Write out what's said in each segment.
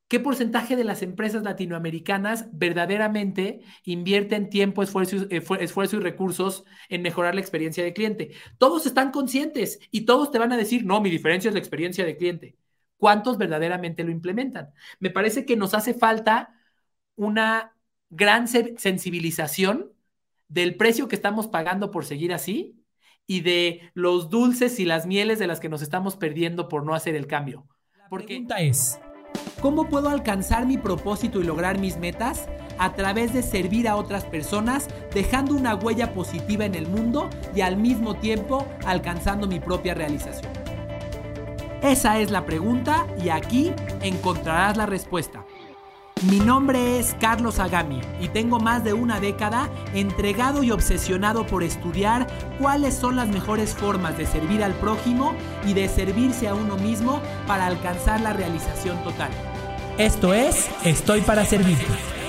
¿Qué porcentaje de las empresas latinoamericanas verdaderamente invierten tiempo, esfuerzo y recursos en mejorar la experiencia de cliente? Todos están conscientes y todos te van a decir, no, mi diferencia es la experiencia de cliente. ¿Cuántos verdaderamente lo implementan? Me parece que nos hace falta una gran sensibilización del precio que estamos pagando por seguir así y de los dulces y las mieles de las que nos estamos perdiendo por no hacer el cambio. La pregunta es, ¿cómo puedo alcanzar mi propósito y lograr mis metas? A través de servir a otras personas, dejando una huella positiva en el mundo y al mismo tiempo alcanzando mi propia realización. Esa es la pregunta y aquí encontrarás la respuesta. Mi nombre es Carlos Agami y tengo más de una década entregado y obsesionado por estudiar cuáles son las mejores formas de servir al prójimo y de servirse a uno mismo para alcanzar la realización total. Esto es Estoy para Servirte.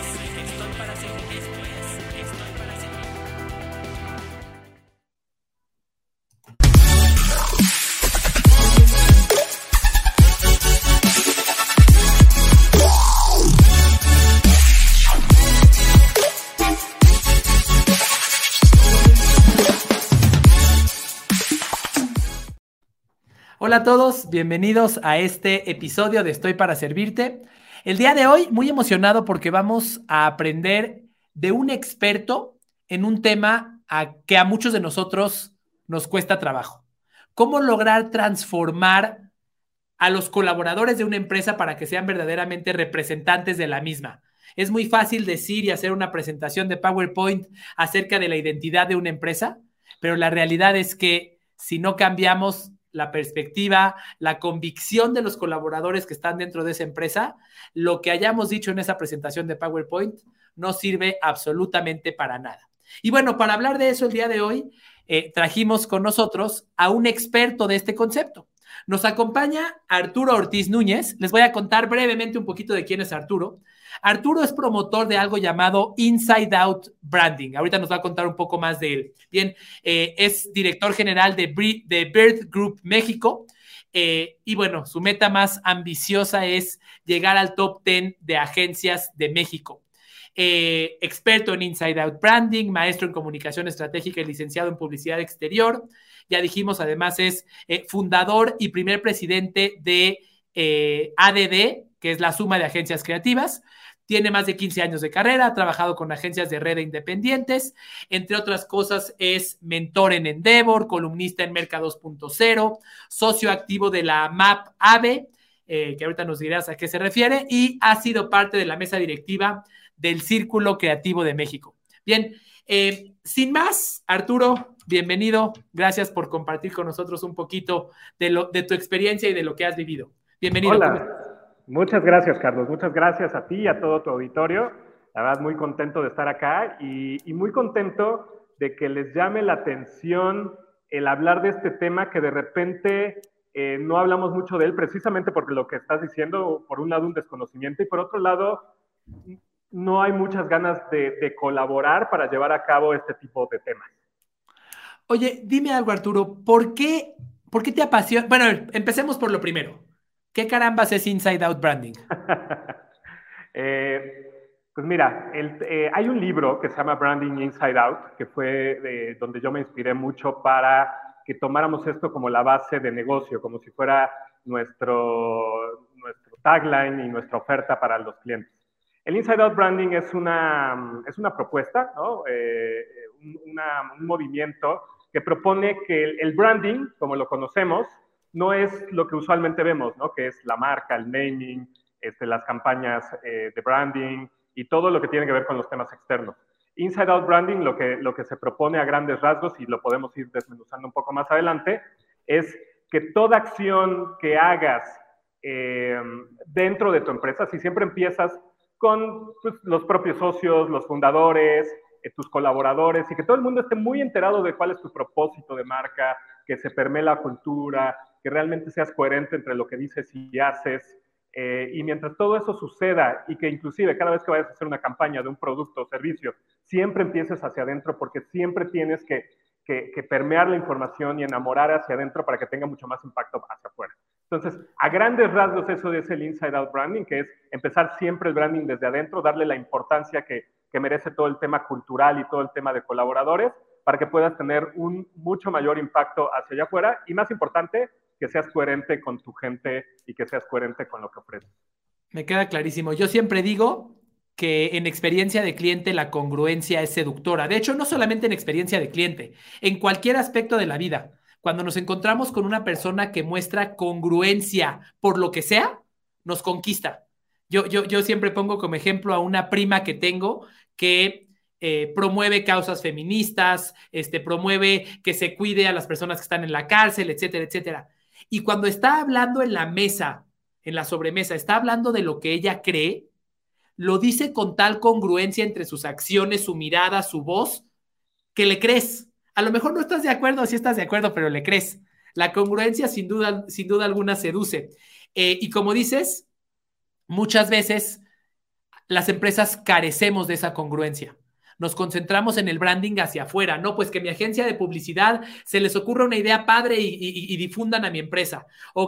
Hola a todos, bienvenidos a este episodio de Estoy para Servirte. El día de hoy muy emocionado porque vamos a aprender de un experto en un tema que a muchos de nosotros nos cuesta trabajo. ¿Cómo lograr transformar a los colaboradores de una empresa para que sean verdaderamente representantes de la misma? Es muy fácil decir y hacer una presentación de PowerPoint acerca de la identidad de una empresa, pero la realidad es que si no cambiamos la perspectiva, la convicción de los colaboradores que están dentro de esa empresa, lo que hayamos dicho en esa presentación de PowerPoint no sirve absolutamente para nada. Y bueno, para hablar de eso el día de hoy, trajimos con nosotros a un experto de este concepto. Nos acompaña Arturo Ortiz Núñez. Les voy a contar brevemente un poquito de quién es Arturo. Arturo es promotor de algo llamado Inside Out Branding. Ahorita nos va a contar un poco más de él. Bien, es director general de Bird Group México. Y bueno, su meta más ambiciosa es llegar al top 10 de agencias de México. Experto en Inside Out Branding, maestro en comunicación estratégica y licenciado en publicidad exterior. Ya dijimos, además es fundador y primer presidente de ADD, que es la suma de agencias creativas. Tiene más de 15 años de carrera, ha trabajado con agencias de red e independientes. Entre otras cosas, es mentor en Endeavor, columnista en Merca 2.0, socio activo de la MAP AVE, que ahorita nos dirás a qué se refiere, y ha sido parte de la mesa directiva del Círculo Creativo de México. Bien, sin más, Arturo, bienvenido. Gracias por compartir con nosotros un poquito de tu experiencia y de lo que has vivido. Bienvenido. Hola, muchas gracias, Carlos. Muchas gracias a ti y a todo tu auditorio. La verdad, muy contento de estar acá y muy contento de que les llame la atención el hablar de este tema que de repente no hablamos mucho de él, precisamente porque lo que estás diciendo, por un lado, un desconocimiento y por otro lado, no hay muchas ganas de colaborar para llevar a cabo este tipo de temas. Oye, dime algo, Arturo, ¿por qué te apasiona? Bueno, empecemos por lo primero. ¿Qué carambas es Inside Out Branding? Pues mira, hay un libro que se llama Branding Inside Out, que fue donde yo me inspiré mucho para que tomáramos esto como la base de negocio, como si fuera nuestro tagline y nuestra oferta para los clientes. El Inside Out Branding es una propuesta, ¿no? Un movimiento que propone que el branding, como lo conocemos, no es lo que usualmente vemos, ¿no? Que es la marca, el naming, las campañas de branding y todo lo que tiene que ver con los temas externos. Inside Out Branding, lo que se propone a grandes rasgos, y lo podemos ir desmenuzando un poco más adelante, es que toda acción que hagas dentro de tu empresa, si siempre empiezas con pues, los propios socios, los fundadores, tus colaboradores, y que todo el mundo esté muy enterado de cuál es tu propósito de marca, que se permee la cultura, que realmente seas coherente entre lo que dices y haces. Y mientras todo eso suceda y que inclusive cada vez que vayas a hacer una campaña de un producto o servicio, siempre empieces hacia adentro porque siempre tienes que permear la información y enamorar hacia adentro para que tenga mucho más impacto hacia afuera. Entonces, a grandes rasgos eso es el inside out branding, que es empezar siempre el branding desde adentro, darle la importancia que merece todo el tema cultural y todo el tema de colaboradores, para que puedas tener un mucho mayor impacto hacia allá afuera y, más importante, que seas coherente con tu gente y que seas coherente con lo que ofreces. Me queda clarísimo. Yo siempre digo que en experiencia de cliente la congruencia es seductora. De hecho, no solamente en experiencia de cliente, en cualquier aspecto de la vida. Cuando nos encontramos con una persona que muestra congruencia por lo que sea, nos conquista. Yo siempre pongo como ejemplo a una prima que tengo que promueve causas feministas, promueve que se cuide a las personas que están en la cárcel, etcétera, etcétera. Y cuando está hablando en la mesa, en la sobremesa, está hablando de lo que ella cree, lo dice con tal congruencia entre sus acciones, su mirada, su voz, que le crees. A lo mejor no estás de acuerdo, sí estás de acuerdo, pero le crees. La congruencia sin duda alguna seduce. Y como dices, muchas veces las empresas carecemos de esa congruencia. Nos concentramos en el branding hacia afuera, ¿no? Pues que mi agencia de publicidad se les ocurra una idea padre y difundan a mi empresa,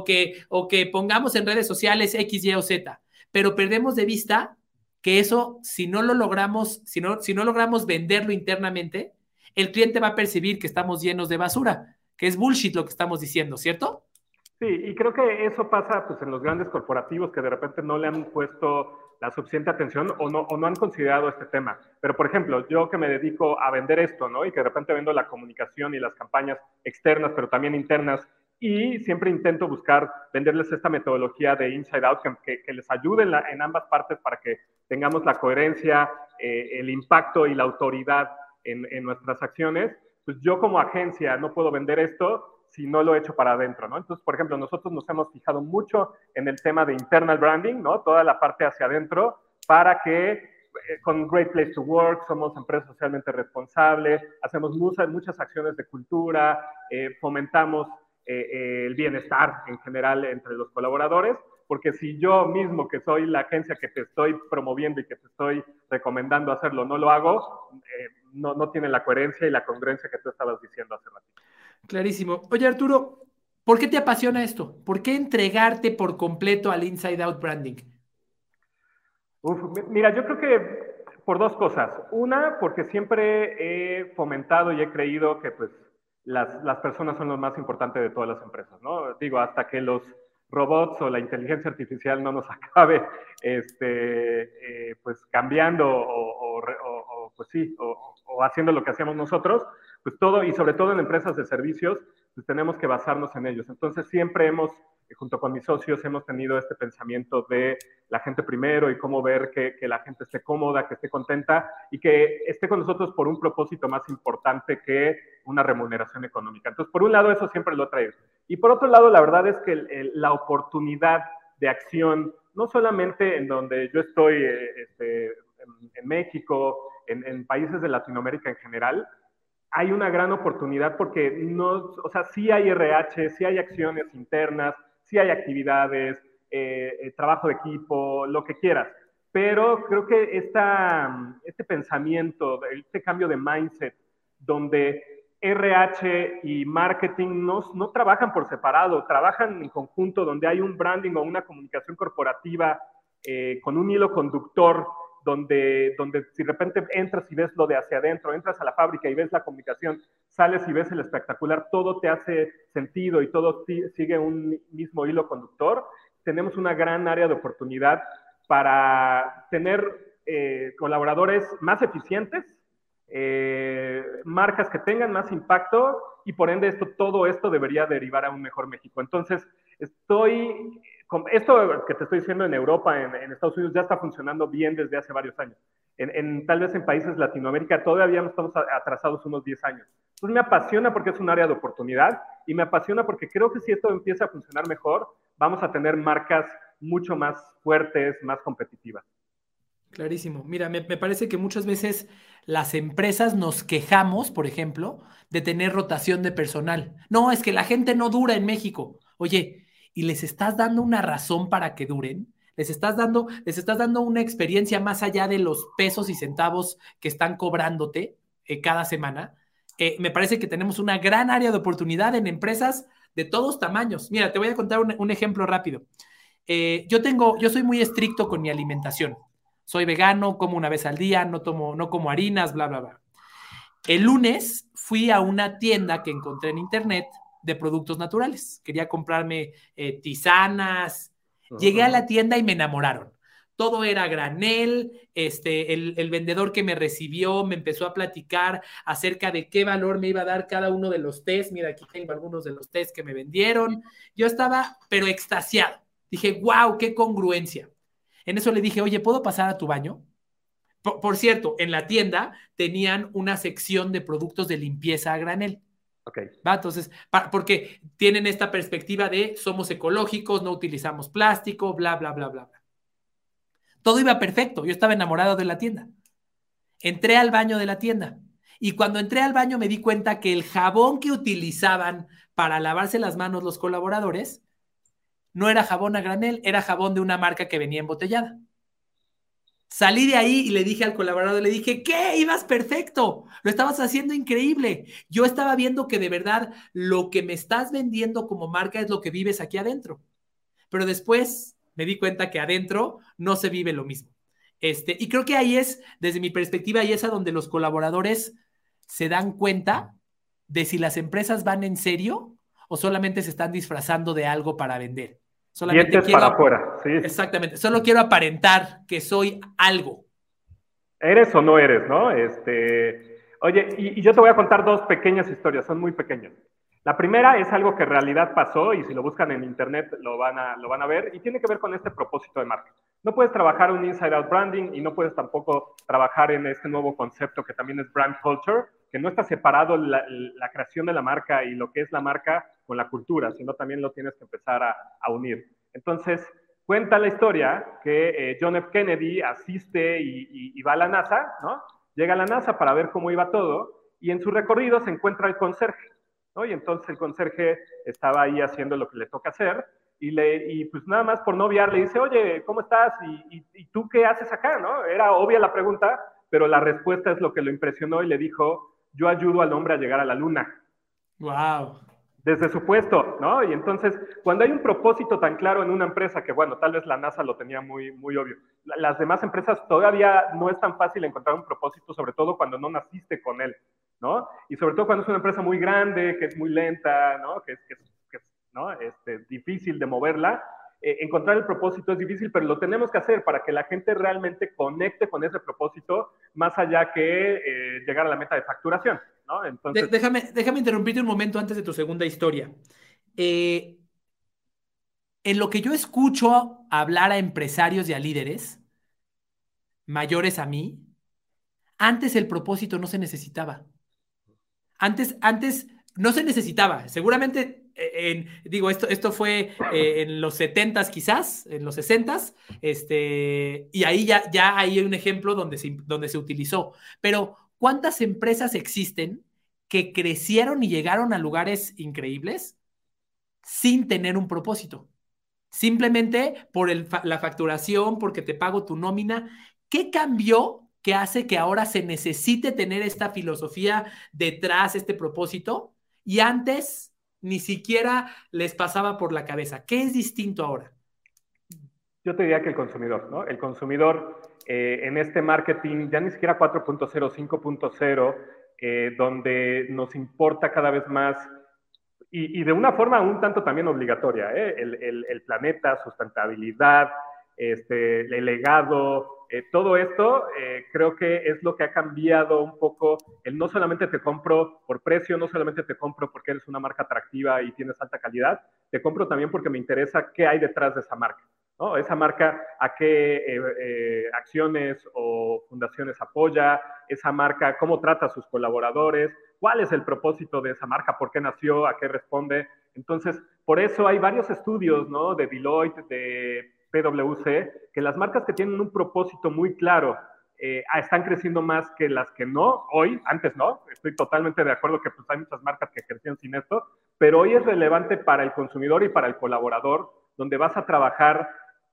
o que pongamos en redes sociales X, Y o Z, pero perdemos de vista que eso, si no lo logramos, si no logramos venderlo internamente, el cliente va a percibir que estamos llenos de basura, que es bullshit lo que estamos diciendo, ¿cierto? Sí, y creo que eso pasa pues, en los grandes corporativos que de repente no le han puesto la suficiente atención o no han considerado este tema. Pero, por ejemplo, yo que me dedico a vender esto, ¿no? Y que de repente vendo la comunicación y las campañas externas, pero también internas, y siempre intento buscar venderles esta metodología de inside out que les ayude en ambas partes para que tengamos la coherencia, el impacto y la autoridad en nuestras acciones. Pues yo como agencia no puedo vender esto si no lo he hecho para adentro, ¿no? Entonces, por ejemplo, nosotros nos hemos fijado mucho en el tema de internal branding, ¿no? Toda la parte hacia adentro, para que con Great Place to Work somos empresa socialmente responsable, hacemos muchas acciones de cultura, fomentamos el bienestar en general entre los colaboradores, porque si yo mismo, que soy la agencia que te estoy promoviendo y que te estoy recomendando hacerlo, no lo hago, no tiene la coherencia y la congruencia que tú estabas diciendo hace rato. Clarísimo. Oye, Arturo, ¿por qué te apasiona esto? ¿Por qué entregarte por completo al Inside Out Branding? Mira, yo creo que por dos cosas. Una, porque siempre he fomentado y he creído que pues, las personas son lo más importante de todas las empresas, ¿no? Digo, hasta que los robots o la inteligencia artificial no nos acabe pues cambiando pues sí, o haciendo lo que hacemos nosotros, pues todo, y sobre todo en empresas de servicios, pues tenemos que basarnos en ellos. Entonces siempre junto con mis socios, hemos tenido este pensamiento de la gente primero y cómo ver que la gente esté cómoda, que esté contenta y que esté con nosotros por un propósito más importante que una remuneración económica. Entonces, por un lado, eso siempre lo trae. Y por otro lado, la verdad es que la oportunidad de acción, no solamente en donde yo estoy, en México, en países de Latinoamérica en general, hay una gran oportunidad porque o sea, sí hay RH, sí hay acciones internas, sí hay actividades, trabajo de equipo, lo que quieras. Pero creo que este pensamiento, este cambio de mindset, donde RH y marketing no trabajan por separado, trabajan en conjunto, donde hay un branding o una comunicación corporativa con un hilo conductor, donde si de repente entras y ves lo de hacia adentro, entras a la fábrica y ves la comunicación, sales y ves el espectacular, todo te hace sentido y todo sigue un mismo hilo conductor, tenemos una gran área de oportunidad para tener colaboradores más eficientes, marcas que tengan más impacto y por ende todo esto debería derivar a un mejor México. Entonces, esto que te estoy diciendo en Europa, en Estados Unidos, ya está funcionando bien desde hace varios años. Tal vez en países de Latinoamérica todavía estamos atrasados unos 10 años. Entonces me apasiona porque es un área de oportunidad y me apasiona porque creo que si esto empieza a funcionar mejor, vamos a tener marcas mucho más fuertes, más competitivas. Clarísimo. Mira, me parece que muchas veces las empresas nos quejamos, por ejemplo, de tener rotación de personal. No, es que la gente no dura en México. Oye, ¿y les estás dando una razón para que duren? ¿Les estás dando una experiencia más allá de los pesos y centavos que están cobrándote cada semana? Me parece que tenemos una gran área de oportunidad en empresas de todos tamaños. Mira, te voy a contar un ejemplo rápido. Yo soy muy estricto con mi alimentación. Soy vegano, como una vez al día, no como harinas, bla, bla, bla. El lunes fui a una tienda que encontré en internet de productos naturales. Quería comprarme tisanas. Llegué a la tienda y me enamoraron. Todo era granel. El vendedor que me recibió me empezó a platicar acerca de qué valor me iba a dar cada uno de los tés. Mira, aquí tengo algunos de los tés que me vendieron. Yo estaba, pero extasiado. Dije, wow, qué congruencia. En eso le dije, oye, ¿puedo pasar a tu baño? Por cierto, en la tienda tenían una sección de productos de limpieza a granel. Okay. ¿Va? Entonces, porque tienen esta perspectiva de somos ecológicos, no utilizamos plástico, bla, bla, bla, bla, bla. Todo iba perfecto. Yo estaba enamorado de la tienda. Entré al baño de la tienda y cuando entré al baño me di cuenta que el jabón que utilizaban para lavarse las manos los colaboradores no era jabón a granel, era jabón de una marca que venía embotellada. Salí de ahí y le dije al colaborador, le dije, ¿qué? Ibas perfecto, lo estabas haciendo increíble. Yo estaba viendo que de verdad lo que me estás vendiendo como marca es lo que vives aquí adentro. Pero después me di cuenta que adentro no se vive lo mismo. Y creo que ahí es, desde mi perspectiva, ahí es a donde los colaboradores se dan cuenta de si las empresas van en serio o solamente se están disfrazando de algo para vender. Solamente Dientes para afuera, sí. Exactamente, solo quiero aparentar que soy algo. ¿Eres o no eres, no? Oye, y yo te voy a contar dos pequeñas historias, son muy pequeñas. La primera es algo que en realidad pasó y si lo buscan en internet lo van a ver y tiene que ver con este propósito de marca. No puedes trabajar un inside out branding y no puedes tampoco trabajar en este nuevo concepto que también es brand culture, que no está separado la creación de la marca y lo que es la marca con la cultura, sino también lo tienes que empezar a unir. Entonces, cuenta la historia que John F. Kennedy asiste y va a la NASA, ¿no? Llega a la NASA para ver cómo iba todo y en su recorrido se encuentra el conserje, ¿no? Y entonces el conserje estaba ahí haciendo lo que le toca hacer y pues nada más por no obviar le dice, oye, ¿cómo estás? ¿Y tú qué haces acá, no? Era obvia la pregunta, pero la respuesta es lo que lo impresionó y le dijo, yo ayudo al hombre a llegar a la luna. ¡Wow! Desde su puesto, ¿no? Y entonces, cuando hay un propósito tan claro en una empresa, que bueno, tal vez la NASA lo tenía muy, muy obvio, las demás empresas todavía no es tan fácil encontrar un propósito, sobre todo cuando no naciste con él, ¿no? Y sobre todo cuando es una empresa muy grande, que es muy lenta, ¿no? Que es ¿no? Difícil de moverla. Encontrar el propósito es difícil, pero lo tenemos que hacer para que la gente realmente conecte con ese propósito, más allá que llegar a la meta de facturación, ¿no? Entonces, déjame interrumpirte un momento antes de tu segunda historia. En lo que yo escucho hablar a empresarios y a líderes mayores a mí, antes el propósito no se necesitaba. Antes no se necesitaba. Seguramente, digo, esto fue en los 70s quizás, en los 60s, y ahí ya hay un ejemplo donde se utilizó. Pero, ¿cuántas empresas existen que crecieron y llegaron a lugares increíbles sin tener un propósito? Simplemente por la facturación, porque te pago tu nómina. ¿Qué cambió que hace que ahora se necesite tener esta filosofía detrás, este propósito? Y antes ni siquiera les pasaba por la cabeza. ¿Qué es distinto ahora? Yo te diría que el consumidor, ¿no? El consumidor en este marketing, ya ni siquiera 4.0, 5.0, donde nos importa cada vez más y de una forma un tanto también obligatoria, el planeta, sustentabilidad, el legado, todo esto creo que es lo que ha cambiado un poco, el no solamente te compro por precio, no solamente te compro porque eres una marca atractiva y tienes alta calidad, te compro también porque me interesa qué hay detrás de esa marca, ¿no? Esa marca a qué acciones o fundaciones apoya, esa marca cómo trata a sus colaboradores, cuál es el propósito de esa marca, por qué nació, a qué responde. Entonces, por eso hay varios estudios, ¿no? De Deloitte, de PwC, que las marcas que tienen un propósito muy claro están creciendo más que las que no, hoy, antes no, estoy totalmente de acuerdo que pues, hay muchas marcas que crecieron sin esto, pero hoy es relevante para el consumidor y para el colaborador, donde vas a trabajar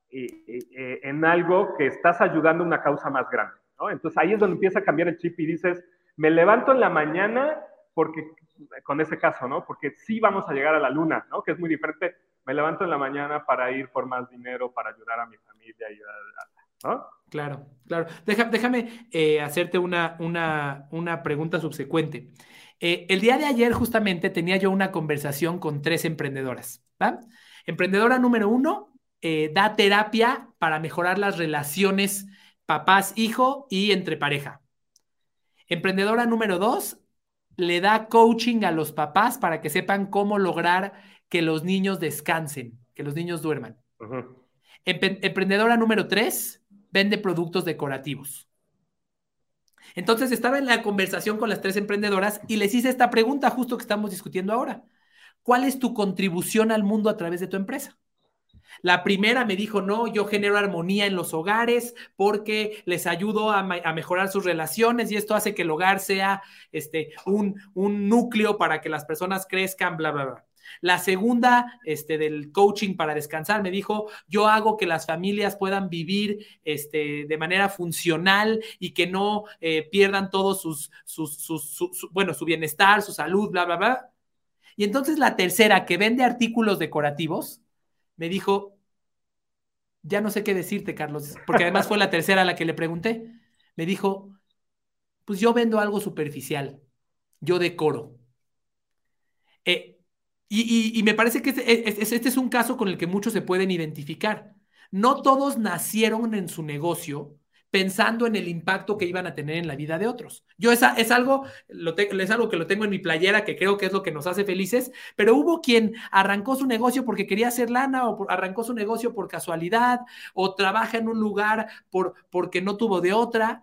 en algo que estás ayudando a una causa más grande, ¿no? Entonces ahí es donde empieza a cambiar el chip y dices, me levanto en la mañana porque con ese caso, ¿no? Porque sí vamos a llegar a la luna, ¿no? Que es muy diferente. Me levanto en la mañana para ir por más dinero, para ayudar a mi familia, ¿no? Claro, claro. Déjame hacerte una pregunta subsecuente. El día de ayer justamente tenía yo una conversación con tres emprendedoras, ¿va? Emprendedora número uno, da terapia para mejorar las relaciones papás-hijo y entre pareja. Emprendedora número dos, le da coaching a los papás para que sepan cómo lograr que los niños descansen, que los niños duerman. Uh-huh. Emprendedora número tres, vende productos decorativos. Entonces estaba en la conversación con las tres emprendedoras y les hice esta pregunta justo que estamos discutiendo ahora. ¿Cuál es tu contribución al mundo a través de tu empresa? La primera me dijo, no, yo genero armonía en los hogares porque les ayudo a mejorar sus relaciones y esto hace que el hogar sea un núcleo para que las personas crezcan, bla, bla, bla. La segunda, del coaching para descansar, me dijo, yo hago que las familias puedan vivir de manera funcional y que no pierdan todo su bienestar, su salud, bla, bla, bla. Y entonces la tercera, que vende artículos decorativos, me dijo, ya no sé qué decirte, Carlos, porque además fue la tercera a la que le pregunté. Me dijo, pues yo vendo algo superficial, yo decoro. Y me parece que este es un caso con el que muchos se pueden identificar. No todos nacieron en su negocio pensando en el impacto que iban a tener en la vida de otros. Yo es algo que lo tengo en mi playera, que creo que es lo que nos hace felices, pero hubo quien arrancó su negocio porque quería hacer lana, o arrancó su negocio por casualidad, o trabaja en un lugar porque no tuvo de otra.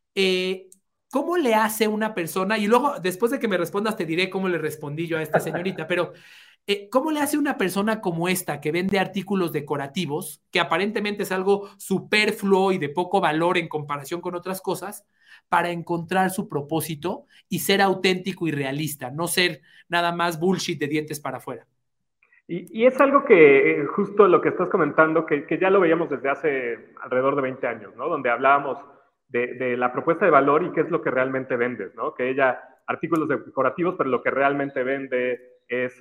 ¿Cómo le hace una persona? Y luego, después de que me respondas, te diré cómo le respondí yo a esta señorita, pero ¿cómo le hace una persona como esta que vende artículos decorativos, que aparentemente es algo superfluo y de poco valor en comparación con otras cosas, para encontrar su propósito y ser auténtico y realista, no ser nada más bullshit de dientes para afuera? Y es algo que, justo lo que estás comentando, que ya lo veíamos desde hace alrededor de 20 años, ¿no? Donde hablábamos de la propuesta de valor y qué es lo que realmente vendes, ¿no? Que ella, artículos decorativos, pero lo que realmente vende es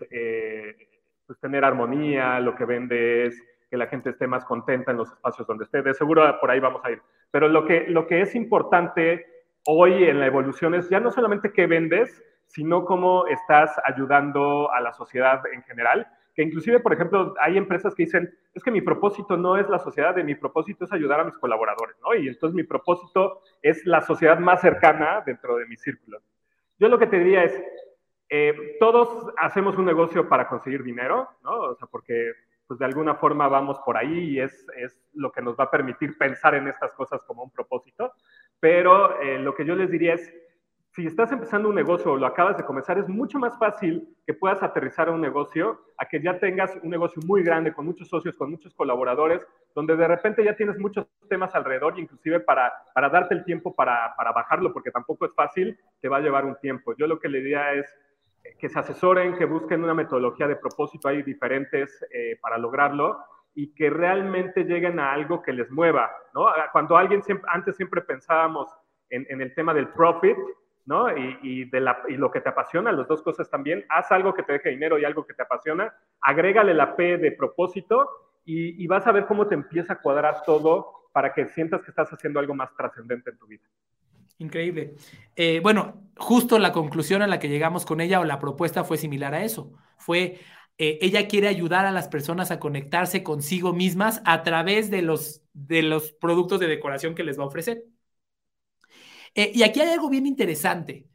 pues tener armonía, lo que vende es que la gente esté más contenta en los espacios donde esté. De seguro por ahí vamos a ir. Pero lo que es importante hoy en la evolución es ya no solamente qué vendes, sino cómo estás ayudando a la sociedad en general. Que inclusive, por ejemplo, hay empresas que dicen, es que mi propósito no es la sociedad, mi propósito es ayudar a mis colaboradores, ¿no? Y entonces mi propósito es la sociedad más cercana dentro de mi círculo. Yo lo que te diría es, todos hacemos un negocio para conseguir dinero, ¿no? O sea, porque pues de alguna forma vamos por ahí y es lo que nos va a permitir pensar en estas cosas como un propósito. Pero lo que yo les diría es, si estás empezando un negocio o lo acabas de comenzar, es mucho más fácil que puedas aterrizar a un negocio a que ya tengas un negocio muy grande, con muchos socios, con muchos colaboradores, donde de repente ya tienes muchos temas alrededor, inclusive para darte el tiempo para bajarlo, porque tampoco es fácil, te va a llevar un tiempo. Yo lo que le diría es que se asesoren, que busquen una metodología de propósito, hay diferentes para lograrlo, y que realmente lleguen a algo que les mueva, ¿no? Cuando antes siempre pensábamos en el tema del profit, ¿no? Y lo que te apasiona, las dos cosas también. Haz algo que te deje dinero y algo que te apasiona. Agrégale la P de propósito y vas a ver cómo te empieza a cuadrar todo para que sientas que estás haciendo algo más trascendente en tu vida. Increíble. Bueno, justo la conclusión a la que llegamos con ella o la propuesta fue similar a eso. Ella quiere ayudar a las personas a conectarse consigo mismas a través de los productos de decoración que les va a ofrecer. Y aquí hay algo bien interesante.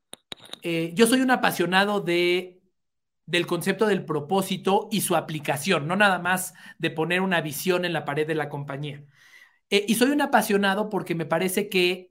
Yo soy un apasionado del concepto del propósito y su aplicación, no nada más de poner una visión en la pared de la compañía. Y soy un apasionado porque me parece que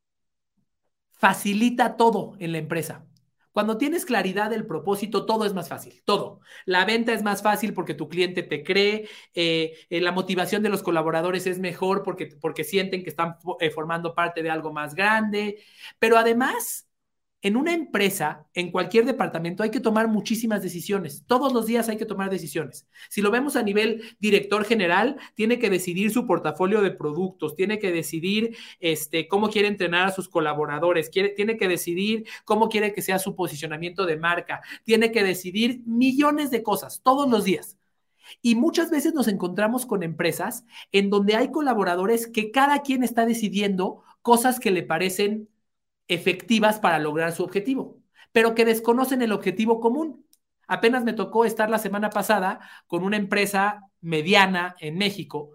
facilita todo en la empresa. Cuando tienes claridad del propósito, todo es más fácil, todo. La venta es más fácil porque tu cliente te cree, la motivación de los colaboradores es mejor porque sienten que están formando parte de algo más grande, pero además En una empresa, en cualquier departamento, hay que tomar muchísimas decisiones. Todos los días hay que tomar decisiones. Si lo vemos a nivel director general, tiene que decidir su portafolio de productos, tiene que decidir cómo quiere entrenar a sus colaboradores, tiene que decidir cómo quiere que sea su posicionamiento de marca, tiene que decidir millones de cosas todos los días. Y muchas veces nos encontramos con empresas en donde hay colaboradores que cada quien está decidiendo cosas que le parecen efectivas para lograr su objetivo, pero que desconocen el objetivo común. Apenas me tocó estar la semana pasada con una empresa mediana en México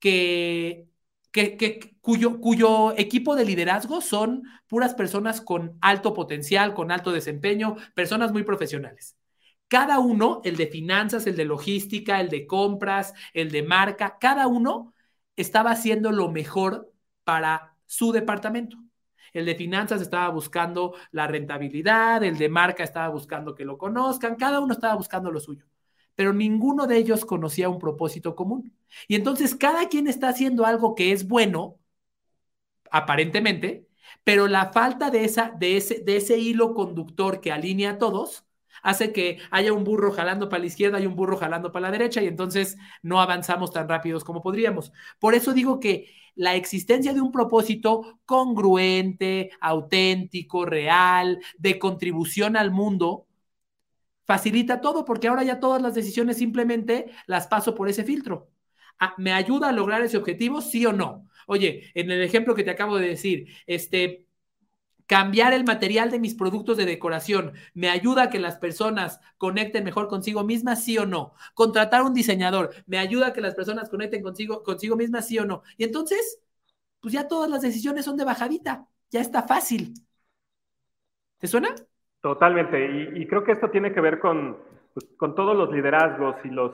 cuyo equipo de liderazgo son puras personas con alto potencial, con alto desempeño, personas muy profesionales. Cada uno, el de finanzas, el de logística, el de compras, el de marca, cada uno estaba haciendo lo mejor para su departamento. El de finanzas estaba buscando la rentabilidad, el de marca estaba buscando que lo conozcan, cada uno estaba buscando lo suyo, pero ninguno de ellos conocía un propósito común. Y entonces cada quien está haciendo algo que es bueno, aparentemente, pero la falta de ese hilo conductor que alinea a todos hace que haya un burro jalando para la izquierda y un burro jalando para la derecha, y entonces no avanzamos tan rápidos como podríamos. Por eso digo que la existencia de un propósito congruente, auténtico, real, de contribución al mundo, facilita todo, porque ahora ya todas las decisiones simplemente las paso por ese filtro. ¿Me ayuda a lograr ese objetivo, sí o no? Oye, en el ejemplo que te acabo de decir, cambiar el material de mis productos de decoración, ¿me ayuda a que las personas conecten mejor consigo mismas, sí o no? Contratar un diseñador, ¿me ayuda a que las personas conecten consigo mismas, sí o no? Y entonces, pues ya todas las decisiones son de bajadita, ya está fácil. ¿Te suena? Totalmente, y creo que esto tiene que ver con todos los liderazgos y los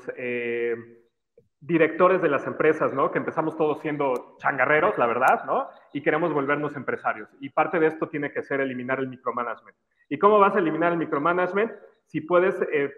directores de las empresas, ¿no? Que empezamos todos siendo changarreros, la verdad, ¿no? Y queremos volvernos empresarios. Y parte de esto tiene que ser eliminar el micromanagement. ¿Y cómo vas a eliminar el micromanagement? Si puedes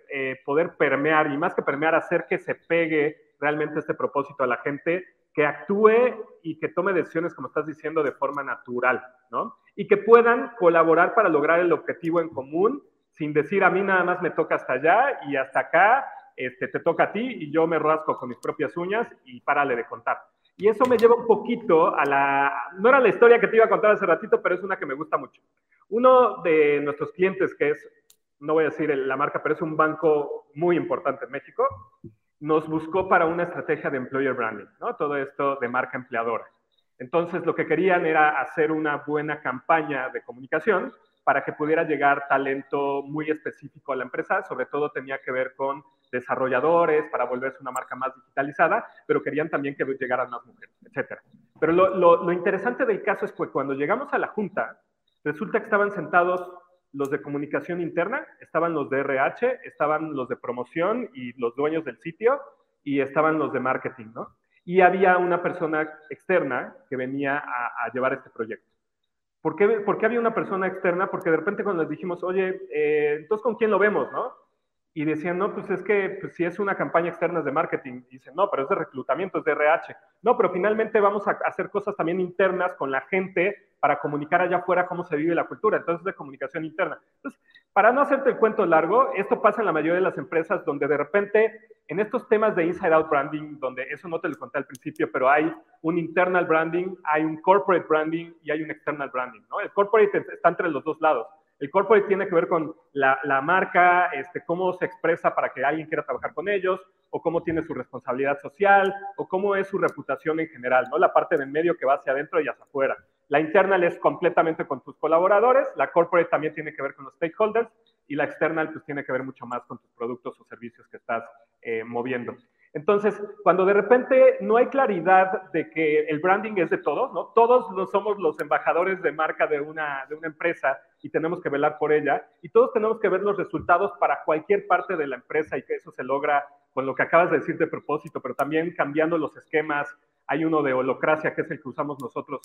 poder permear, y más que permear, hacer que se pegue realmente este propósito a la gente, que actúe y que tome decisiones, como estás diciendo, de forma natural, ¿no? Y que puedan colaborar para lograr el objetivo en común, sin decir a mí nada más me toca hasta allá y hasta acá, te toca a ti y yo me rasco con mis propias uñas y párale de contar. Y eso me lleva un poquito a no era la historia que te iba a contar hace ratito, pero es una que me gusta mucho. Uno de nuestros clientes, que es, no voy a decir la marca, pero es un banco muy importante en México, nos buscó para una estrategia de employer branding, ¿no? Todo esto de marca empleadora. Entonces, lo que querían era hacer una buena campaña de comunicación para que pudiera llegar talento muy específico a la empresa. Sobre todo tenía que ver con desarrolladores para volverse una marca más digitalizada, pero querían también que llegaran más mujeres, etc. Pero lo interesante del caso es que cuando llegamos a la junta, resulta que estaban sentados los de comunicación interna, estaban los de RH, estaban los de promoción y los dueños del sitio, y estaban los de marketing, ¿no? Y había una persona externa que venía a llevar este proyecto. ¿Por qué había una persona externa? Porque de repente cuando les dijimos, oye, entonces ¿con quién lo vemos, no? Y decían, no, pues es que pues, si es una campaña externa es de marketing. Y dicen, no, pero es de reclutamiento, es de RH. No, pero finalmente vamos a hacer cosas también internas con la gente para comunicar allá afuera cómo se vive la cultura. Entonces, de comunicación interna. Entonces, para no hacerte el cuento largo, esto pasa en la mayoría de las empresas donde de repente, en estos temas de inside-out branding, donde eso no te lo conté al principio, pero hay un internal branding, hay un corporate branding y hay un external branding, ¿no? El corporate está entre los dos lados. El corporate tiene que ver con la marca, cómo se expresa para que alguien quiera trabajar con ellos, o cómo tiene su responsabilidad social, o cómo es su reputación en general, ¿no? La parte del medio que va hacia adentro y hacia afuera. La internal es completamente con tus colaboradores, la corporate también tiene que ver con los stakeholders, y la external pues tiene que ver mucho más con tus productos o servicios que estás moviendo. Entonces, cuando de repente no hay claridad de que el branding es de todos, ¿no? Todos somos los embajadores de marca de una empresa y tenemos que velar por ella, y todos tenemos que ver los resultados para cualquier parte de la empresa, y que eso se logra con lo que acabas de decir de propósito, pero también cambiando los esquemas. Hay uno de holocracia, que es el que usamos nosotros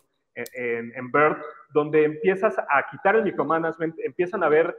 en Bird, donde empiezas a quitar el micromanagement, empiezan a ver...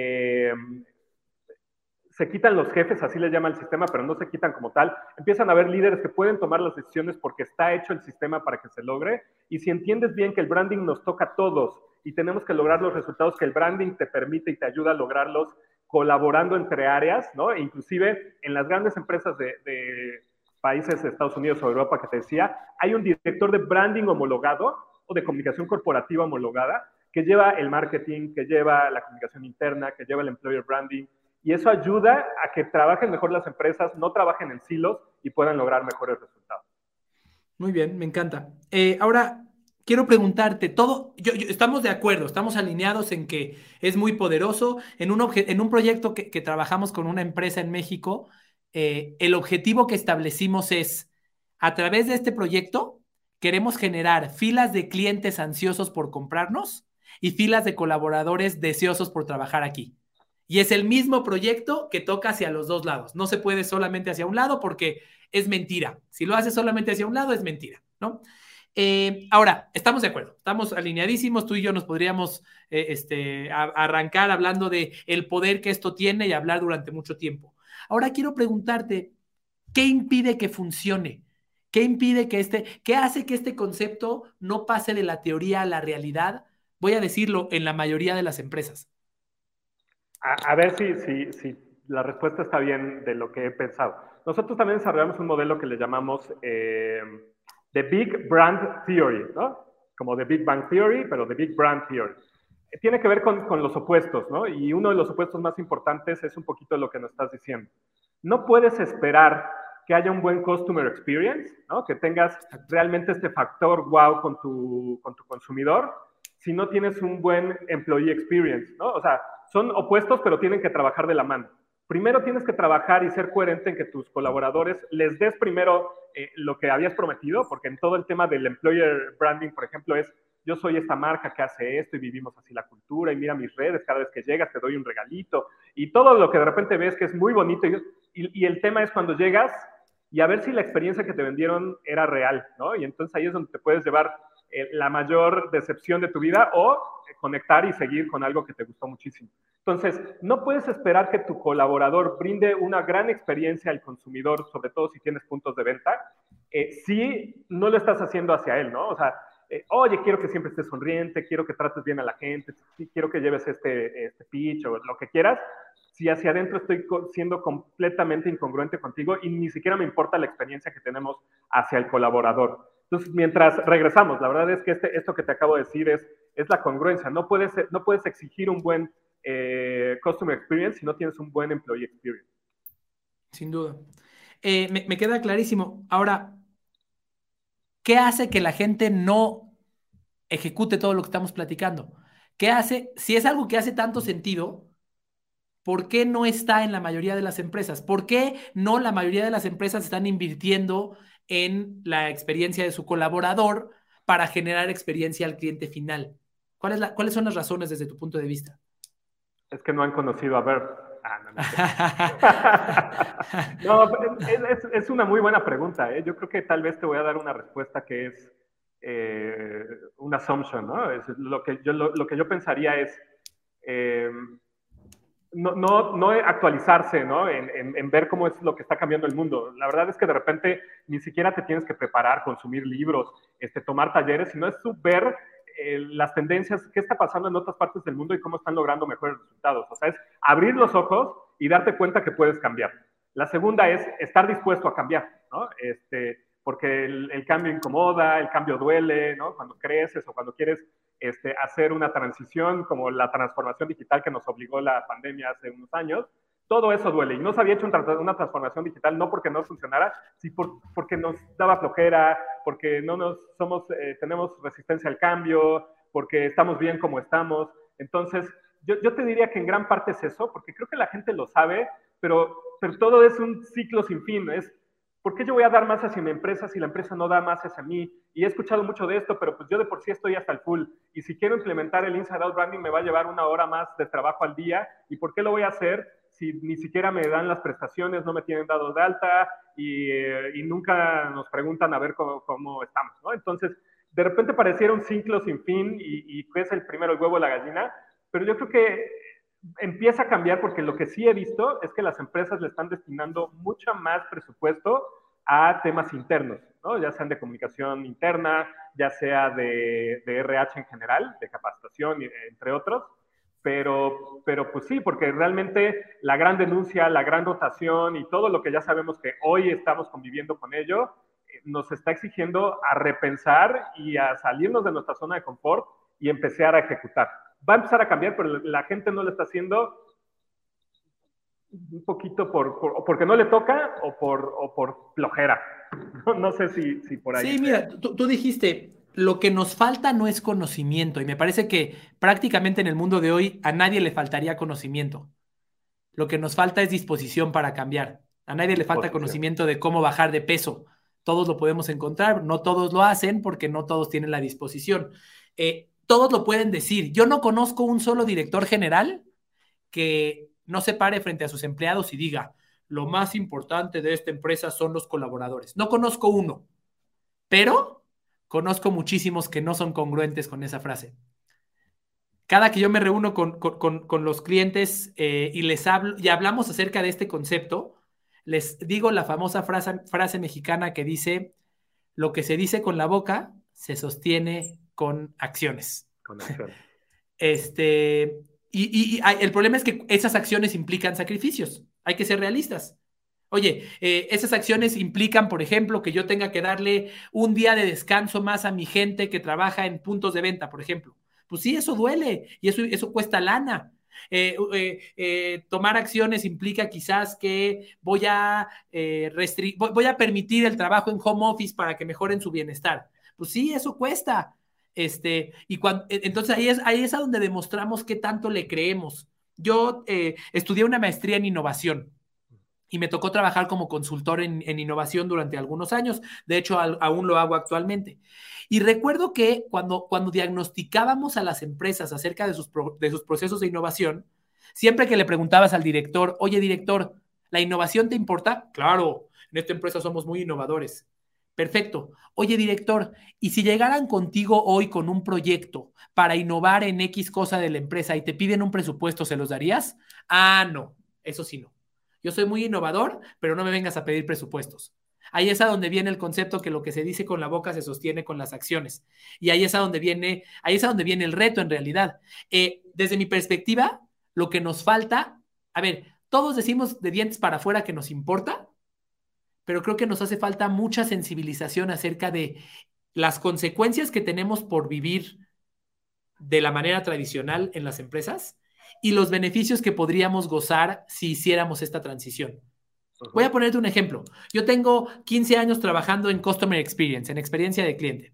se quitan los jefes, así le llama el sistema, pero no se quitan como tal. Empiezan a haber líderes que pueden tomar las decisiones porque está hecho el sistema para que se logre. Y si entiendes bien que el branding nos toca a todos y tenemos que lograr los resultados que el branding te permite y te ayuda a lograrlos colaborando entre áreas, ¿no? E inclusive en las grandes empresas de países de Estados Unidos o Europa que te decía, hay un director de branding homologado o de comunicación corporativa homologada que lleva el marketing, que lleva la comunicación interna, que lleva el employer branding, y eso ayuda a que trabajen mejor las empresas, no trabajen en silos y puedan lograr mejores resultados. Muy bien, me encanta. Ahora, quiero preguntarte, estamos de acuerdo, estamos alineados en que es muy poderoso. En un proyecto que trabajamos con una empresa en México, el objetivo que establecimos es, a través de este proyecto, queremos generar filas de clientes ansiosos por comprarnos y filas de colaboradores deseosos por trabajar aquí. Y es el mismo proyecto que toca hacia los dos lados. No se puede solamente hacia un lado porque es mentira. Si lo haces solamente hacia un lado, es mentira, ¿no? Ahora, estamos de acuerdo, estamos alineadísimos, tú y yo nos podríamos arrancar hablando de el poder que esto tiene y hablar durante mucho tiempo. Ahora quiero preguntarte, ¿qué impide que funcione? ¿Qué hace que este concepto no pase de la teoría a la realidad? Voy a decirlo, en la mayoría de las empresas. A ver si la respuesta está bien de lo que he pensado. Nosotros también desarrollamos un modelo que le llamamos The Big Brand Theory, ¿no? Como The Big Bang Theory, pero The Big Brand Theory. Tiene que ver con los opuestos, ¿no? Y uno de los opuestos más importantes es un poquito lo que nos estás diciendo. No puedes esperar que haya un buen customer experience, ¿no? Que tengas realmente este factor wow con tu consumidor, si no tienes un buen employee experience, ¿no? O sea, son opuestos, pero tienen que trabajar de la mano. Primero tienes que trabajar y ser coherente en que tus colaboradores les des primero lo que habías prometido, porque en todo el tema del employer branding, por ejemplo, es yo soy esta marca que hace esto y vivimos así la cultura y mira mis redes, cada vez que llegas te doy un regalito y todo lo que de repente ves que es muy bonito y el tema es cuando llegas y a ver si la experiencia que te vendieron era real, ¿no? Y entonces ahí es donde te puedes llevar la mayor decepción de tu vida o conectar y seguir con algo que te gustó muchísimo. Entonces, no puedes esperar que tu colaborador brinde una gran experiencia al consumidor, sobre todo si tienes puntos de venta, si no lo estás haciendo hacia él, ¿no? O sea, oye, quiero que siempre estés sonriente, quiero que trates bien a la gente, quiero que lleves este pitch o lo que quieras, si hacia adentro estoy siendo completamente incongruente contigo y ni siquiera me importa la experiencia que tenemos hacia el colaborador. Entonces, mientras regresamos, la verdad es que esto que te acabo de decir es la congruencia. No puedes exigir un buen customer experience si no tienes un buen employee experience. Sin duda. Me queda clarísimo. Ahora, ¿qué hace que la gente no ejecute todo lo que estamos platicando? ¿Qué hace? Si es algo que hace tanto sentido, ¿por qué no está en la mayoría de las empresas? ¿Por qué no la mayoría de las empresas están invirtiendo en la experiencia de su colaborador para generar experiencia al cliente final? ¿Cuáles son las razones desde tu punto de vista? Es que no han conocido a Bert. No, es una muy buena pregunta. Yo creo que tal vez te voy a dar una respuesta que es un assumption, ¿no? Lo que yo pensaría es no actualizarse, ¿no? En ver cómo es lo que está cambiando el mundo. La verdad es que de repente ni siquiera te tienes que preparar, consumir libros, tomar talleres, sino es ver las tendencias, qué está pasando en otras partes del mundo y cómo están logrando mejores resultados. O sea, es abrir los ojos y darte cuenta que puedes cambiar. La segunda es estar dispuesto a cambiar, ¿no? Porque el cambio incomoda, el cambio duele, ¿no? Cuando creces o cuando quieres hacer una transición como la transformación digital que nos obligó la pandemia hace unos años, todo eso duele. Y no se había hecho una transformación digital no porque no funcionara, sino porque nos daba flojera, porque tenemos resistencia al cambio, porque estamos bien como estamos. Entonces, yo te diría que en gran parte es eso, porque creo que la gente lo sabe, pero todo es un ciclo sin fin. ¿Por qué yo voy a dar más hacia mi empresa si la empresa no da más hacia mí? Y he escuchado mucho de esto, pero pues yo de por sí estoy hasta el full. Y si quiero implementar el Inside Out Branding me va a llevar 1 hora más de trabajo al día. ¿Y por qué lo voy a hacer si ni siquiera me dan las prestaciones, no me tienen dado de alta y nunca nos preguntan a ver cómo estamos, ¿no? Entonces, de repente pareciera un ciclo sin fin y ¿qué es el primero, el huevo o la gallina? Pero yo creo que empieza a cambiar porque lo que sí he visto es que las empresas le están destinando mucho más presupuesto a temas internos, ¿no? Ya sean de comunicación interna, ya sea de RH en general, de capacitación, entre otros. Pero pues sí, porque realmente la gran denuncia, la gran rotación y todo lo que ya sabemos que hoy estamos conviviendo con ello, nos está exigiendo a repensar y a salirnos de nuestra zona de confort y empezar a ejecutar. Va a empezar a cambiar, pero la gente no lo está haciendo un poquito porque no le toca o por flojera. No sé si por ahí Sí, sea. mira, tú dijiste, lo que nos falta no es conocimiento y me parece que prácticamente en el mundo de hoy a nadie le faltaría conocimiento. Lo que nos falta es disposición para cambiar. A nadie le falta Disposición. conocimiento de cómo bajar de peso. Todos lo podemos encontrar, no todos lo hacen porque no todos tienen la disposición. Todos lo pueden decir. Yo no conozco un solo director general que no se pare frente a sus empleados y diga, lo más importante de esta empresa son los colaboradores. No conozco uno, pero conozco muchísimos que no son congruentes con esa frase. Cada que yo me reúno con los clientes y les hablo y hablamos acerca de este concepto, les digo la famosa frase mexicana que dice, lo que se dice con la boca se sostiene con acciones. Con acciones. Este, el problema es que esas acciones implican sacrificios. Hay que ser realistas. Oye, esas acciones implican, por ejemplo, que yo tenga que darle un día de descanso más a mi gente que trabaja en puntos de venta, por ejemplo. Pues sí, eso duele y eso cuesta lana. Tomar acciones implica quizás que voy a permitir el trabajo en home office para que mejoren su bienestar. Pues sí, eso cuesta. Entonces ahí es a donde demostramos qué tanto le creemos. Yo estudié una maestría en innovación y me tocó trabajar como consultor en innovación durante algunos años. De hecho, aún lo hago actualmente. Y recuerdo que cuando diagnosticábamos a las empresas acerca de sus procesos de innovación, siempre que le preguntabas al director, oye, director, ¿la innovación te importa? Claro, en esta empresa somos muy innovadores. Perfecto. Oye, director, ¿y si llegaran contigo hoy con un proyecto para innovar en X cosa de la empresa y te piden un presupuesto, ¿se los darías? Ah, no, eso sí no. Yo soy muy innovador, pero no me vengas a pedir presupuestos. Ahí es a donde viene el concepto que lo que se dice con la boca se sostiene con las acciones. Y ahí es a donde viene el reto en realidad. Desde mi perspectiva, lo que nos falta, a ver, todos decimos de dientes para afuera que nos importa, pero creo que nos hace falta mucha sensibilización acerca de las consecuencias que tenemos por vivir de la manera tradicional en las empresas y los beneficios que podríamos gozar si hiciéramos esta transición. Voy a ponerte un ejemplo. Yo tengo 15 años trabajando en Customer Experience, en experiencia de cliente.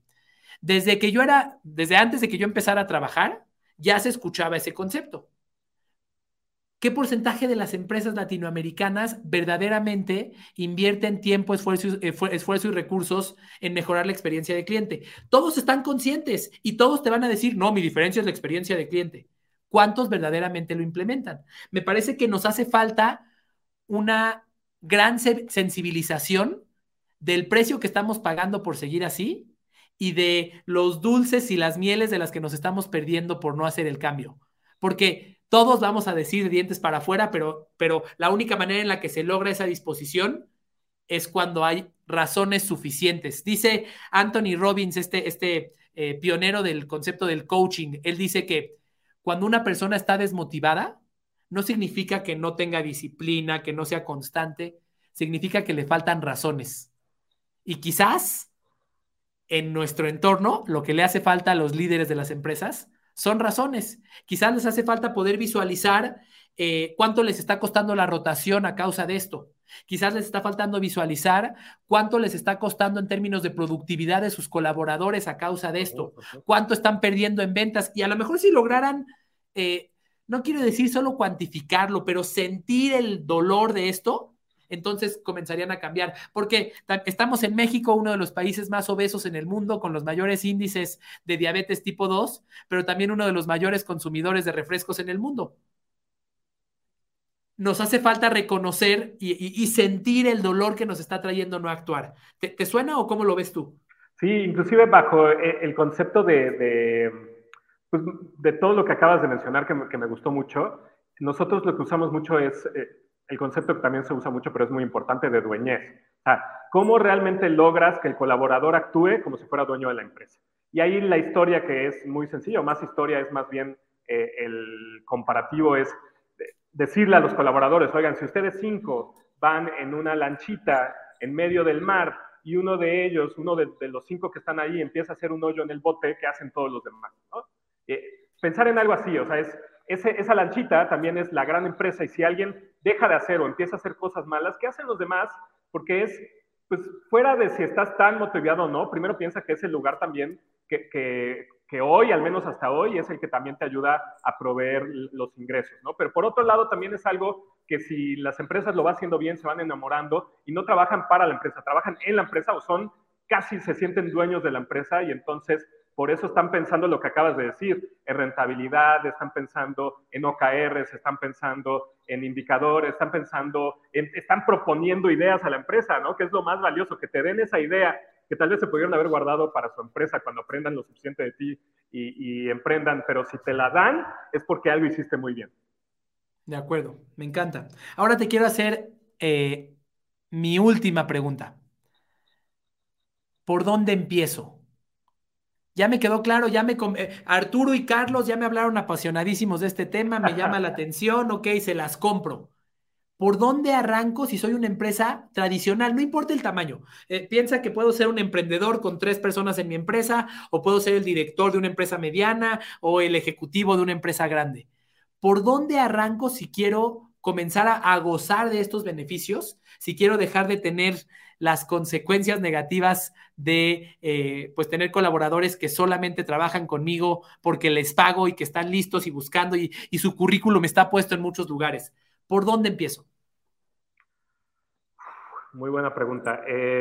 Desde antes de que yo empezara a trabajar, ya se escuchaba ese concepto. ¿Qué porcentaje de las empresas latinoamericanas verdaderamente invierten tiempo, esfuerzo y recursos en mejorar la experiencia de cliente? Todos están conscientes y todos te van a decir, no, mi diferencia es la experiencia de cliente. ¿Cuántos verdaderamente lo implementan? Me parece que nos hace falta una gran sensibilización del precio que estamos pagando por seguir así y de los dulces y las mieles de las que nos estamos perdiendo por no hacer el cambio. Porque todos vamos a decir de dientes para afuera, pero la única manera en la que se logra esa disposición es cuando hay razones suficientes. Dice Anthony Robbins, pionero del concepto del coaching, él dice que cuando una persona está desmotivada, no significa que no tenga disciplina, que no sea constante, significa que le faltan razones. Y quizás en nuestro entorno, lo que le hace falta a los líderes de las empresas son razones. Quizás les hace falta poder visualizar cuánto les está costando la rotación a causa de esto. Quizás les está faltando visualizar cuánto les está costando en términos de productividad de sus colaboradores a causa de esto, cuánto están perdiendo en ventas y a lo mejor si lograran, no quiero decir solo cuantificarlo, pero sentir el dolor de esto, entonces comenzarían a cambiar, porque estamos en México, uno de los países más obesos en el mundo, con los mayores índices de diabetes tipo 2, pero también uno de los mayores consumidores de refrescos en el mundo. Nos hace falta reconocer y sentir el dolor que nos está trayendo no actuar. ¿Te suena o cómo lo ves tú? Sí, inclusive bajo el concepto pues, de todo lo que acabas de mencionar, que me gustó mucho, nosotros lo que usamos mucho es el concepto que también se usa mucho, pero es muy importante, de dueñez. sea, ¿cómo realmente logras que el colaborador actúe como si fuera dueño de la empresa? Y ahí la historia, que es muy sencillo, más historia es más bien el comparativo, es decirle a los colaboradores, oigan, si ustedes 5 van en una lanchita en medio del mar y uno de ellos, uno de los 5 que están ahí, empieza a hacer un hoyo en el bote, ¿qué hacen todos los demás? ¿No? Pensar en algo así, o sea, esa lanchita también es la gran empresa, y si alguien deja de hacer o empieza a hacer cosas malas, ¿qué hacen los demás? Porque es, pues, fuera de si estás tan motivado o no, primero piensa que es el lugar también que hoy, al menos hasta hoy, es el que también te ayuda a proveer los ingresos, ¿no? Pero por otro lado, también es algo que si las empresas lo van haciendo bien, se van enamorando y no trabajan para la empresa, trabajan en la empresa o son casi se sienten dueños de la empresa, y entonces por eso están pensando lo que acabas de decir, en rentabilidad, están pensando en OKRs, están pensando en indicadores, están proponiendo ideas a la empresa, ¿no? Que es lo más valioso, que te den esa idea que tal vez se pudieron haber guardado para su empresa cuando aprendan lo suficiente de ti y emprendan, pero si te la dan es porque algo hiciste muy bien. De acuerdo, me encanta. Ahora te quiero hacer mi última pregunta. ¿Por dónde empiezo? Ya me quedó claro, Arturo y Carlos ya me hablaron apasionadísimos de este tema, me llama la atención, ok, se las compro. ¿Por dónde arranco si soy una empresa tradicional? No importa el tamaño. Piensa que puedo ser un emprendedor con 3 personas en mi empresa, o puedo ser el director de una empresa mediana o el ejecutivo de una empresa grande. ¿Por dónde arranco si quiero comenzar a gozar de estos beneficios? Si quiero dejar de tener las consecuencias negativas de pues tener colaboradores que solamente trabajan conmigo porque les pago y que están listos y buscando y su currículum está puesto en muchos lugares. ¿Por dónde empiezo? Muy buena pregunta.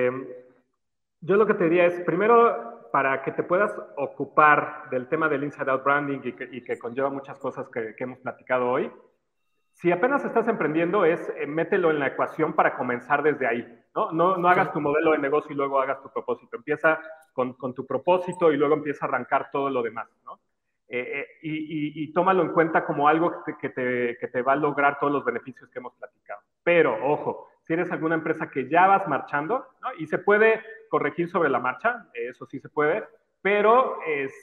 Yo lo que te diría es, primero, para que te puedas ocupar del tema del Inside Out Branding y que conlleva muchas cosas que hemos platicado hoy, si apenas estás emprendiendo, mételo en la ecuación para comenzar desde ahí, ¿no? No Ok. hagas tu modelo de negocio y luego hagas tu propósito. Empieza con tu propósito y luego empieza a arrancar todo lo demás, ¿no? Y tómalo en cuenta como algo que te va a lograr todos los beneficios que hemos platicado. Pero, ojo, si eres alguna empresa que ya vas marchando, ¿no? Y se puede corregir sobre la marcha, eso sí se puede, pero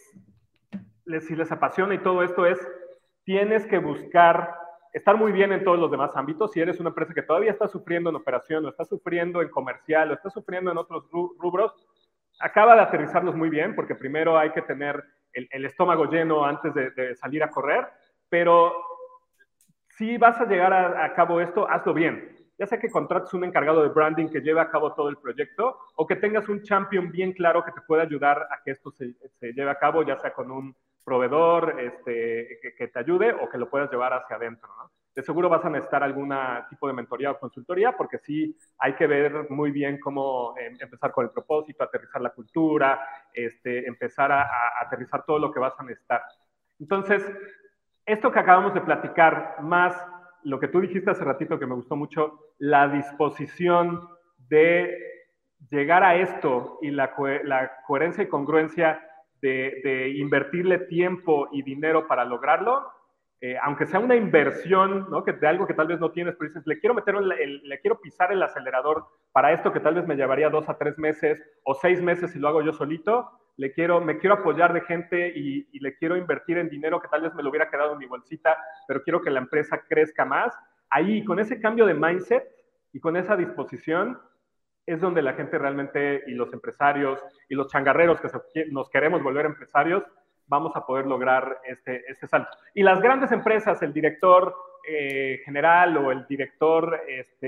si les apasiona y todo esto tienes que buscar estar muy bien en todos los demás ámbitos. Si eres una empresa que todavía está sufriendo en operación, o está sufriendo en comercial, o está sufriendo en otros rubros, acaba de aterrizarlos muy bien, porque primero hay que tener el estómago lleno antes de salir a correr, pero si vas a llegar a cabo esto, hazlo bien. Ya sea que contrates un encargado de branding que lleve a cabo todo el proyecto, o que tengas un champion bien claro que te pueda ayudar a que esto se lleve a cabo, ya sea con un proveedor que te ayude, o que lo puedas llevar hacia adentro, ¿no? De seguro vas a necesitar algún tipo de mentoría o consultoría, porque sí hay que ver muy bien cómo empezar con el propósito, aterrizar la cultura, empezar a aterrizar todo lo que vas a necesitar. Entonces, esto que acabamos de platicar, más lo que tú dijiste hace ratito que me gustó mucho, la disposición de llegar a esto y la coherencia y congruencia de invertirle tiempo y dinero para lograrlo, aunque sea una inversión, ¿no? De algo que tal vez no tienes, pero dices, le quiero pisar el acelerador para esto que tal vez me llevaría 2 a 3 meses o 6 meses si lo hago yo solito. Me quiero apoyar de gente y le quiero invertir en dinero que tal vez me lo hubiera quedado en mi bolsita, pero quiero que la empresa crezca más. Ahí, con ese cambio de mindset y con esa disposición, es donde la gente realmente, y los empresarios y los changarreros que nos queremos volver empresarios, vamos a poder lograr este salto. Y las grandes empresas, el director general o el director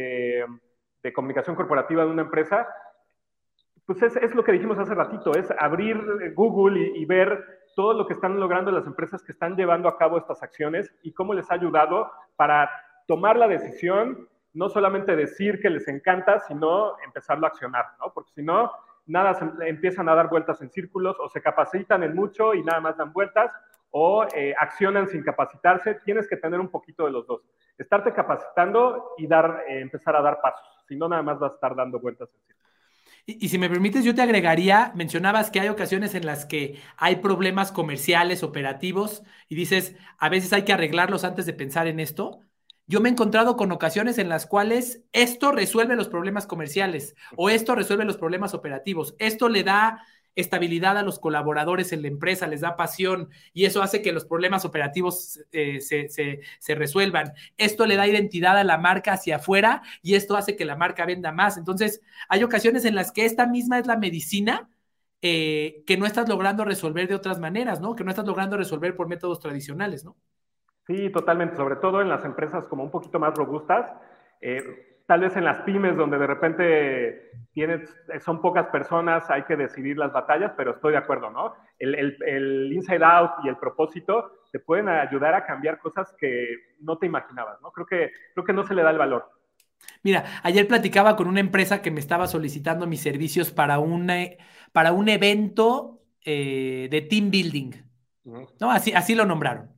de comunicación corporativa de una empresa, pues es lo que dijimos hace ratito, es abrir Google y ver todo lo que están logrando las empresas que están llevando a cabo estas acciones y cómo les ha ayudado para tomar la decisión, no solamente decir que les encanta, sino empezarlo a accionar, ¿no? Porque si no, empiezan a dar vueltas en círculos, o se capacitan en mucho y nada más dan vueltas, o accionan sin capacitarse. Tienes que tener un poquito de los dos. Estarte capacitando y empezar a dar pasos. Si no, nada más vas a estar dando vueltas en círculos. Y si me permites, yo te agregaría, mencionabas que hay ocasiones en las que hay problemas comerciales, operativos, y dices, a veces hay que arreglarlos antes de pensar en esto. yo me he encontrado con ocasiones en las cuales esto resuelve los problemas comerciales o esto resuelve los problemas operativos. Esto le da estabilidad a los colaboradores en la empresa, les da pasión y eso hace que los problemas operativos se resuelvan. Esto le da identidad a la marca hacia afuera y esto hace que la marca venda más. Entonces, hay ocasiones en las que esta misma es la medicina que no estás logrando resolver de otras maneras, ¿no? Que no estás logrando resolver por métodos tradicionales, ¿no? Sí, totalmente, sobre todo en las empresas como un poquito más robustas, tal vez en las pymes donde de repente son pocas personas, hay que decidir las batallas, pero estoy de acuerdo, ¿no? El inside out y el propósito te pueden ayudar a cambiar cosas que no te imaginabas, ¿no? Creo que no se le da el valor. Mira, ayer platicaba con una empresa que me estaba solicitando mis servicios para un evento de team building, Uh -huh. ¿no? Así lo nombraron.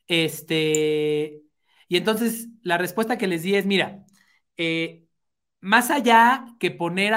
Y entonces la respuesta que les di es, mira, eh, más allá que poner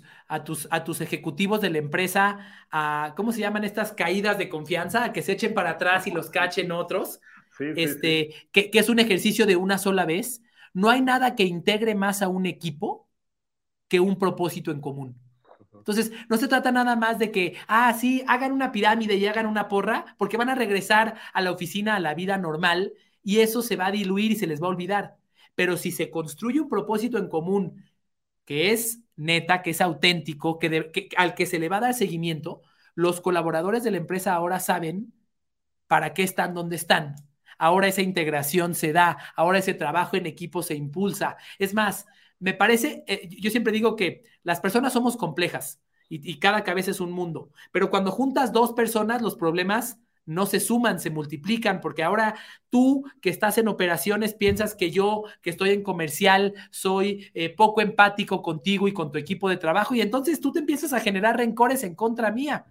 a tus ejecutivos de la empresa a, ¿cómo se llaman estas caídas de confianza? A que se echen para atrás y los cachen otros, Sí, sí, sí. que es un ejercicio de una sola vez. No hay nada que integre más a un equipo que un propósito en común. Entonces, no se trata nada más de que, sí, hagan una pirámide y hagan una porra, porque van a regresar a la oficina, a la vida normal, y eso se va a diluir y se les va a olvidar. Pero si se construye un propósito en común que es neta, que es auténtico, al que se le va a dar seguimiento, los colaboradores de la empresa ahora saben para qué están donde están. Ahora esa integración se da, ahora ese trabajo en equipo se impulsa. Es más, me parece, yo siempre digo que las personas somos complejas y cada cabeza es un mundo, pero cuando juntas dos personas, los problemas no se suman, se multiplican, porque ahora tú que estás en operaciones piensas que yo que estoy en comercial soy poco empático contigo y con tu equipo de trabajo y entonces tú te empiezas a generar rencores en contra mía.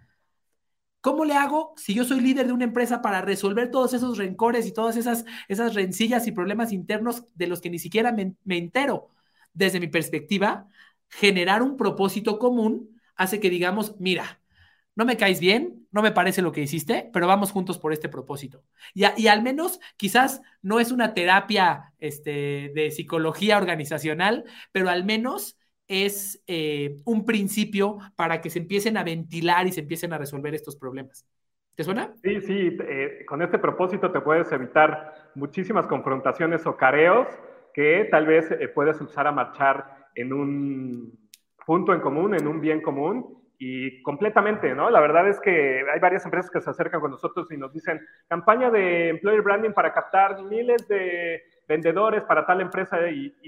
¿Cómo le hago si yo soy líder de una empresa para resolver todos esos rencores y todas esas rencillas y problemas internos de los que ni siquiera me entero? Desde mi perspectiva, generar un propósito común hace que digamos, mira, no me caes bien, no me parece lo que hiciste, pero vamos juntos por este propósito. Y al menos quizás no es una terapia de psicología organizacional, pero al menos es un principio para que se empiecen a ventilar y se empiecen a resolver estos problemas. ¿Te suena? Sí, sí, con este propósito te puedes evitar muchísimas confrontaciones o careos que tal vez puedes empezar a marchar en un punto en común, en un bien común y completamente, ¿no? La verdad es que hay varias empresas que se acercan con nosotros y nos dicen campaña de employer branding para captar miles de vendedores para tal empresa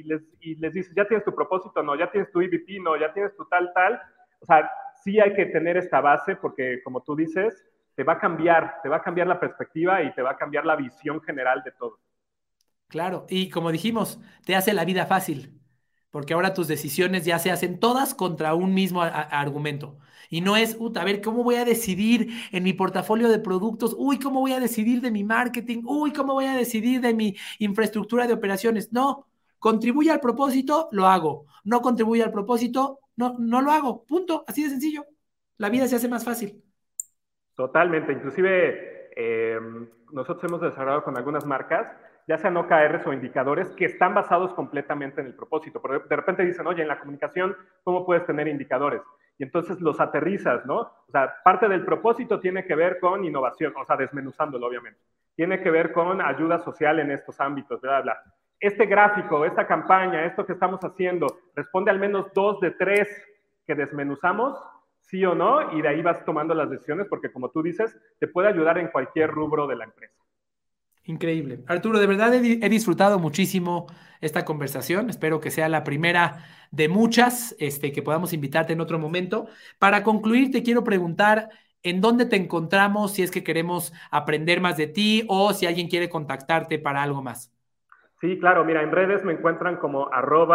y les dices, ¿ya tienes tu propósito? No, ¿ya tienes tu EVP? No, ¿ya tienes tu tal? O sea, sí hay que tener esta base porque, como tú dices, te va a cambiar la perspectiva y te va a cambiar la visión general de todo. Claro, y como dijimos, te hace la vida fácil, porque ahora tus decisiones ya se hacen todas contra un mismo argumento. Y no es, a ver, ¿cómo voy a decidir en mi portafolio de productos? Uy, ¿cómo voy a decidir de mi marketing? Uy, ¿cómo voy a decidir de mi infraestructura de operaciones? No, contribuye al propósito, lo hago. No contribuye al propósito, no lo hago. Punto, así de sencillo. La vida se hace más fácil. Totalmente, inclusive nosotros hemos desarrollado con algunas marcas, ya sean OKRs o indicadores, que están basados completamente en el propósito. Pero de repente dicen, oye, en la comunicación, ¿cómo puedes tener indicadores? Y entonces los aterrizas, ¿no? O sea, parte del propósito tiene que ver con innovación, o sea, desmenuzándolo, obviamente. Tiene que ver con ayuda social en estos ámbitos, bla, bla. Este gráfico, esta campaña, esto que estamos haciendo, responde al menos 2 de 3 que desmenuzamos, sí o no, y de ahí vas tomando las decisiones, porque como tú dices, te puede ayudar en cualquier rubro de la empresa. Increíble. Arturo, de verdad he disfrutado muchísimo esta conversación. Espero que sea la primera de muchas, que podamos invitarte en otro momento. Para concluir, te quiero preguntar en dónde te encontramos, si es que queremos aprender más de ti o si alguien quiere contactarte para algo más. Sí, claro, mira, en redes me encuentran como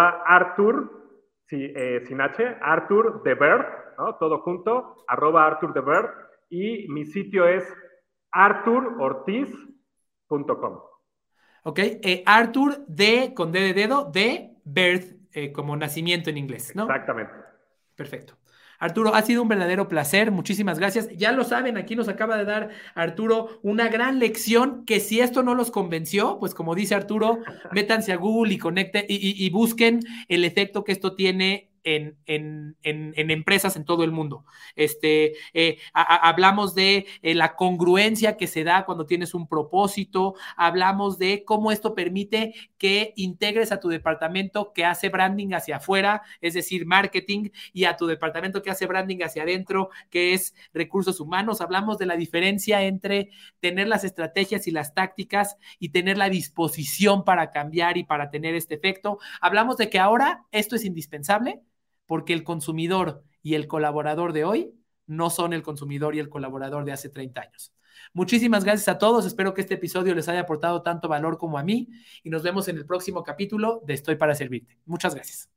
@Artur, sí, sin H, Artur de Bird, ¿no? Todo junto, @Artur de Bird, y mi sitio es arturortiz.com. ¿Ok? Arthur con D de dedo, de birth, como nacimiento en inglés, ¿no? Exactamente. Perfecto. Arturo, ha sido un verdadero placer, muchísimas gracias. Ya lo saben, aquí nos acaba de dar Arturo una gran lección que si esto no los convenció, pues como dice Arturo, métanse a Google y conecten y busquen el efecto que esto tiene en empresas en todo el mundo. Hablamos de la congruencia que se da cuando tienes un propósito, hablamos de cómo esto permite que integres a tu departamento que hace branding hacia afuera, es decir, marketing, y a tu departamento que hace branding hacia adentro, que es recursos humanos. Hablamos de la diferencia entre tener las estrategias y las tácticas y tener la disposición para cambiar y para tener este efecto. Hablamos de que ahora esto es indispensable porque el consumidor y el colaborador de hoy no son el consumidor y el colaborador de hace 30 años. Muchísimas gracias a todos. Espero que este episodio les haya aportado tanto valor como a mí y nos vemos en el próximo capítulo de Estoy para Servirte. Muchas gracias.